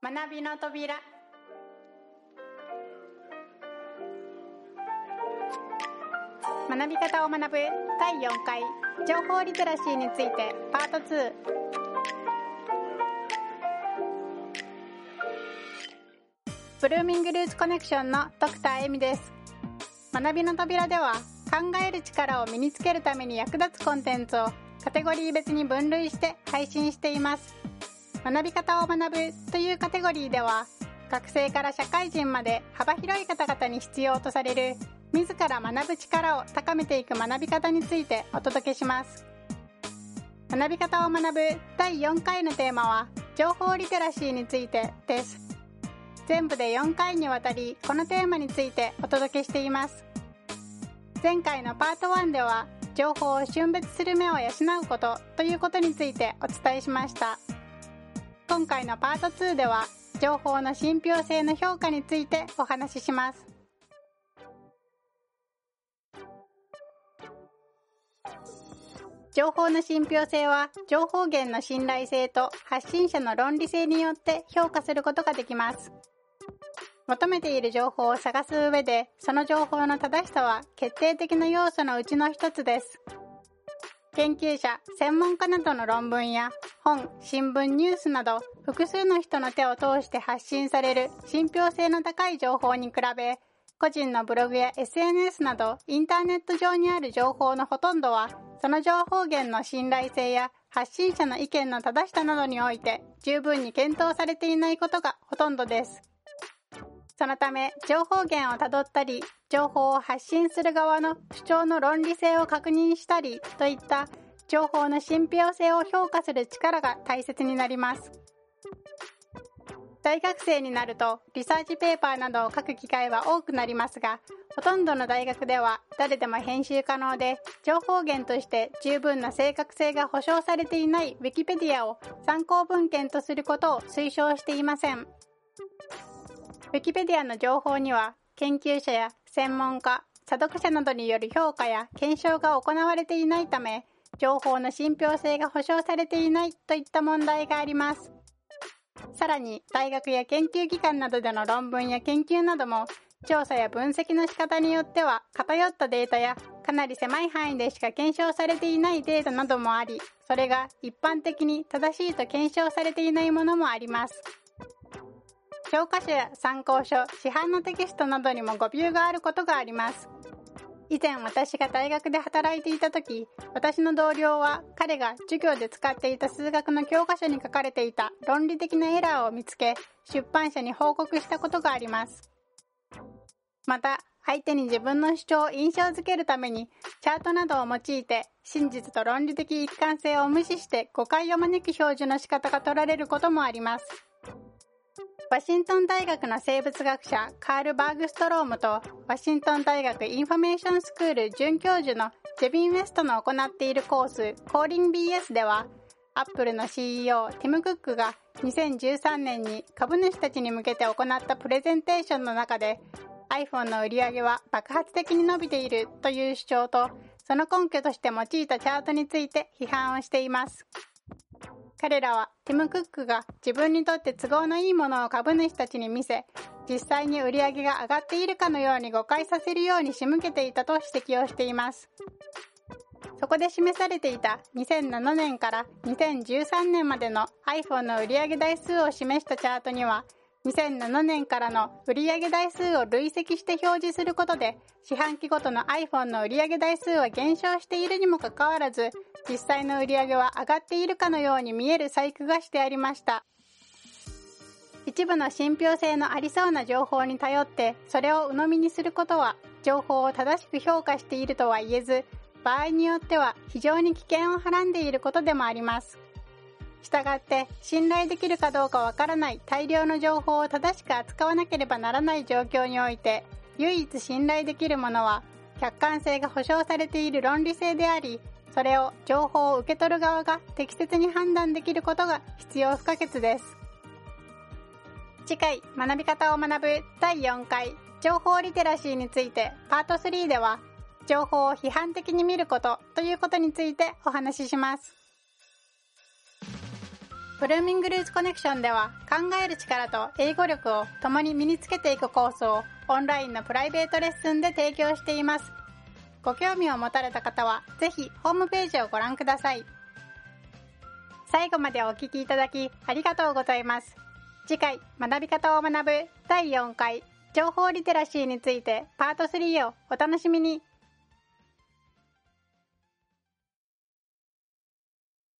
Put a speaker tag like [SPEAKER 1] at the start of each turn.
[SPEAKER 1] 学びの扉。学び方を学ぶ第4回情報リテラシーについてパート2。ブルーミングルーツコネクションのドクターエミです。学びの扉では考える力を身につけるために役立つコンテンツをカテゴリー別に分類して配信しています。学び方を学ぶというカテゴリーでは、学生から社会人まで幅広い方々に必要とされる自ら学ぶ力を高めていく学び方についてお届けします。学び方を学ぶ第4回のテーマは情報リテラシーについてです。全部で4回にわたりこのテーマについてお届けしています。前回のパート1では情報を瞬別する目を養うことということについてお伝えしました。今回のパート2では情報の信憑性の評価についてお話しします。情報の信憑性は情報源の信頼性と発信者の論理性によって評価することができます。求めている情報を探す上で、その情報の正しさは決定的な要素のうちの一つです。研究者、専門家などの論文や本、新聞、ニュースなど複数の人の手を通して発信される信憑性の高い情報に比べ、個人のブログや SNS などインターネット上にある情報のほとんどは、その情報源の信頼性や発信者の意見の正しさなどにおいて十分に検討されていないことがほとんどです。そのため、情報源をたどったり、情報を発信する側の主張の論理性を確認したりといった情報の信憑性を評価する力が大切になります。大学生になるとリサーチペーパーなどを書く機会は多くなりますが、ほとんどの大学では誰でも編集可能で、情報源として十分な正確性が保証されていないウィキペディアを参考文献とすることを推奨していません。ウィキペディアの情報には研究者や専門家、査読者などによる評価や検証が行われていないため、情報の信憑性が保証されていないといった問題があります。さらに、大学や研究機関などでの論文や研究なども、調査や分析の仕方によっては偏ったデータやかなり狭い範囲でしか検証されていないデータなどもあり、それが一般的に正しいと検証されていないものもあります。教科書や参考書、市販のテキストなどにも誤謬があることがあります。以前私が大学で働いていた時、私の同僚は彼が授業で使っていた数学の教科書に書かれていた論理的なエラーを見つけ、出版社に報告したことがあります。また、相手に自分の主張を印象づけるために、チャートなどを用いて、真実と論理的一貫性を無視して誤解を招く表示の仕方が取られることもあります。ワシントン大学の生物学者カール・バーグストロームとワシントン大学インフォメーションスクール准教授のジェビン・ウェストの行っているコースコーリン BS では、アップルの CEO ティム・クックが2013年に株主たちに向けて行ったプレゼンテーションの中で、 iPhone の売り上げは爆発的に伸びているという主張と、その根拠として用いたチャートについて批判をしています。彼らはティム・クックが自分にとって都合のいいものを株主たちに見せ、実際に売り上げが上がっているかのように誤解させるように仕向けていたと指摘をしています。そこで示されていた2007年から2013年までの iPhone の売上台数を示したチャートには、2007年からの売上台数を累積して表示することで、四半期ごとの iPhone の売上台数は減少しているにもかかわらず、実際の売り上げは上がっているかのように見える細工がしてありました。一部の信憑性のありそうな情報に頼ってそれを鵜呑みにすることは、情報を正しく評価しているとは言えず、場合によっては非常に危険をはらんでいることでもあります。したがって、信頼できるかどうかわからない大量の情報を正しく扱わなければならない状況において、唯一信頼できるものは客観性が保証されている論理性であり、それを情報を受け取る側が適切に判断できることが必要不可欠です。次回、学び方を学ぶ第4回情報リテラシーについてパート3では、情報を批判的に見ることということについてお話しします。 ブルーミングルーツコネクションでは考える力と英語力を共に身につけていくコースをオンラインのプライベートレッスンで提供しています。ご興味を持たれた方はぜひホームページをご覧ください。最後までお聞きいただきありがとうございます。次回学び方を学ぶ第4回情報リテラシーについてパート3をお楽しみに。